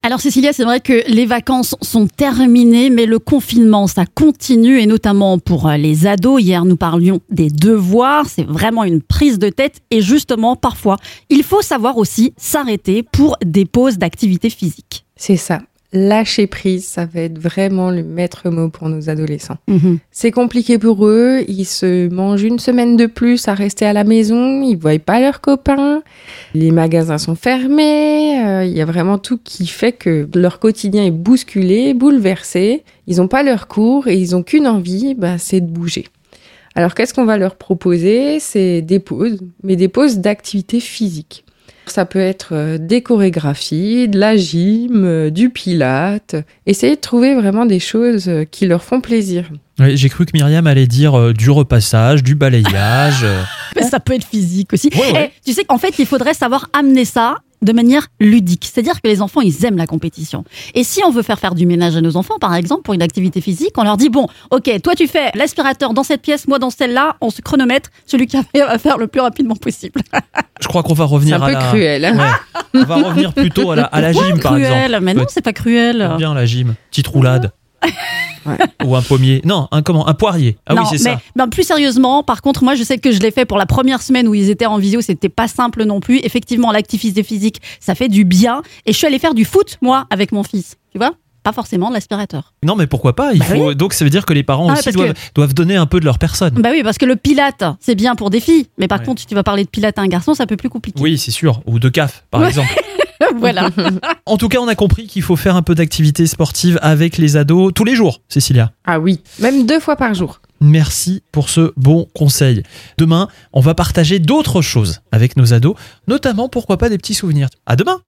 Alors Cécilia, c'est vrai que les vacances sont terminées, mais le confinement, ça continue, et notamment pour les ados. Hier, nous parlions des devoirs, c'est vraiment une prise de tête, et justement, parfois, il faut savoir aussi s'arrêter pour des pauses d'activité physique. C'est ça. Lâcher prise, ça va être vraiment le maître mot pour nos adolescents. C'est compliqué pour eux, ils se mangent une semaine de plus à rester à la maison, ils ne voient pas leurs copains, les magasins sont fermés, il y a vraiment tout qui fait que leur quotidien est bousculé, bouleversé, ils n'ont pas leur cours et ils n'ont qu'une envie, c'est de bouger. Alors qu'est-ce qu'on va leur proposer ? C'est des pauses, mais des pauses d'activité physique. Ça peut être des chorégraphies, de la gym, du pilate. Essayez de trouver vraiment des choses qui leur font plaisir. Ouais, j'ai cru que Myriam allait dire du repassage, du balayage. Mais ça peut être physique aussi. Ouais. Et tu sais qu'en fait, il faudrait savoir amener ça de manière ludique. C'est-à-dire que les enfants, ils aiment la compétition. Et si on veut faire du ménage à nos enfants, par exemple, pour une activité physique, on leur dit, bon, ok, toi tu fais l'aspirateur dans cette pièce, moi dans celle-là, on se chronomètre, celui qui va faire le plus rapidement possible. Je crois qu'on va revenir c'est un peu cruel. Hein. Ouais. On va revenir plutôt à la gym, par exemple. Cruel, mais non, c'est pas cruel. Bien la gym, petite roulade. Ouais. Ou un pommier. Non, un poirier. Ah non, oui, c'est mais, ça. Non, plus sérieusement, par contre, moi, je sais que je l'ai fait pour la première semaine où ils étaient en visio, c'était pas simple non plus. Effectivement, l'activité physique, ça fait du bien. Et je suis allée faire du foot, moi, avec mon fils. Tu vois ? Pas forcément de l'aspirateur. Non, mais pourquoi pas ? Oui. Donc, ça veut dire que les parents aussi doivent donner un peu de leur personne. Bah oui, parce que le pilate, c'est bien pour des filles. Mais par contre, si tu vas parler de pilate à un garçon, c'est un peu plus compliqué. Oui, c'est sûr. Ou de CAF, par exemple. Voilà. En tout cas, on a compris qu'il faut faire un peu d'activité sportive avec les ados tous les jours, Cécilia. Ah oui, même 2 fois par jour. Merci pour ce bon conseil. Demain, on va partager d'autres choses avec nos ados, notamment, pourquoi pas, des petits souvenirs. À demain!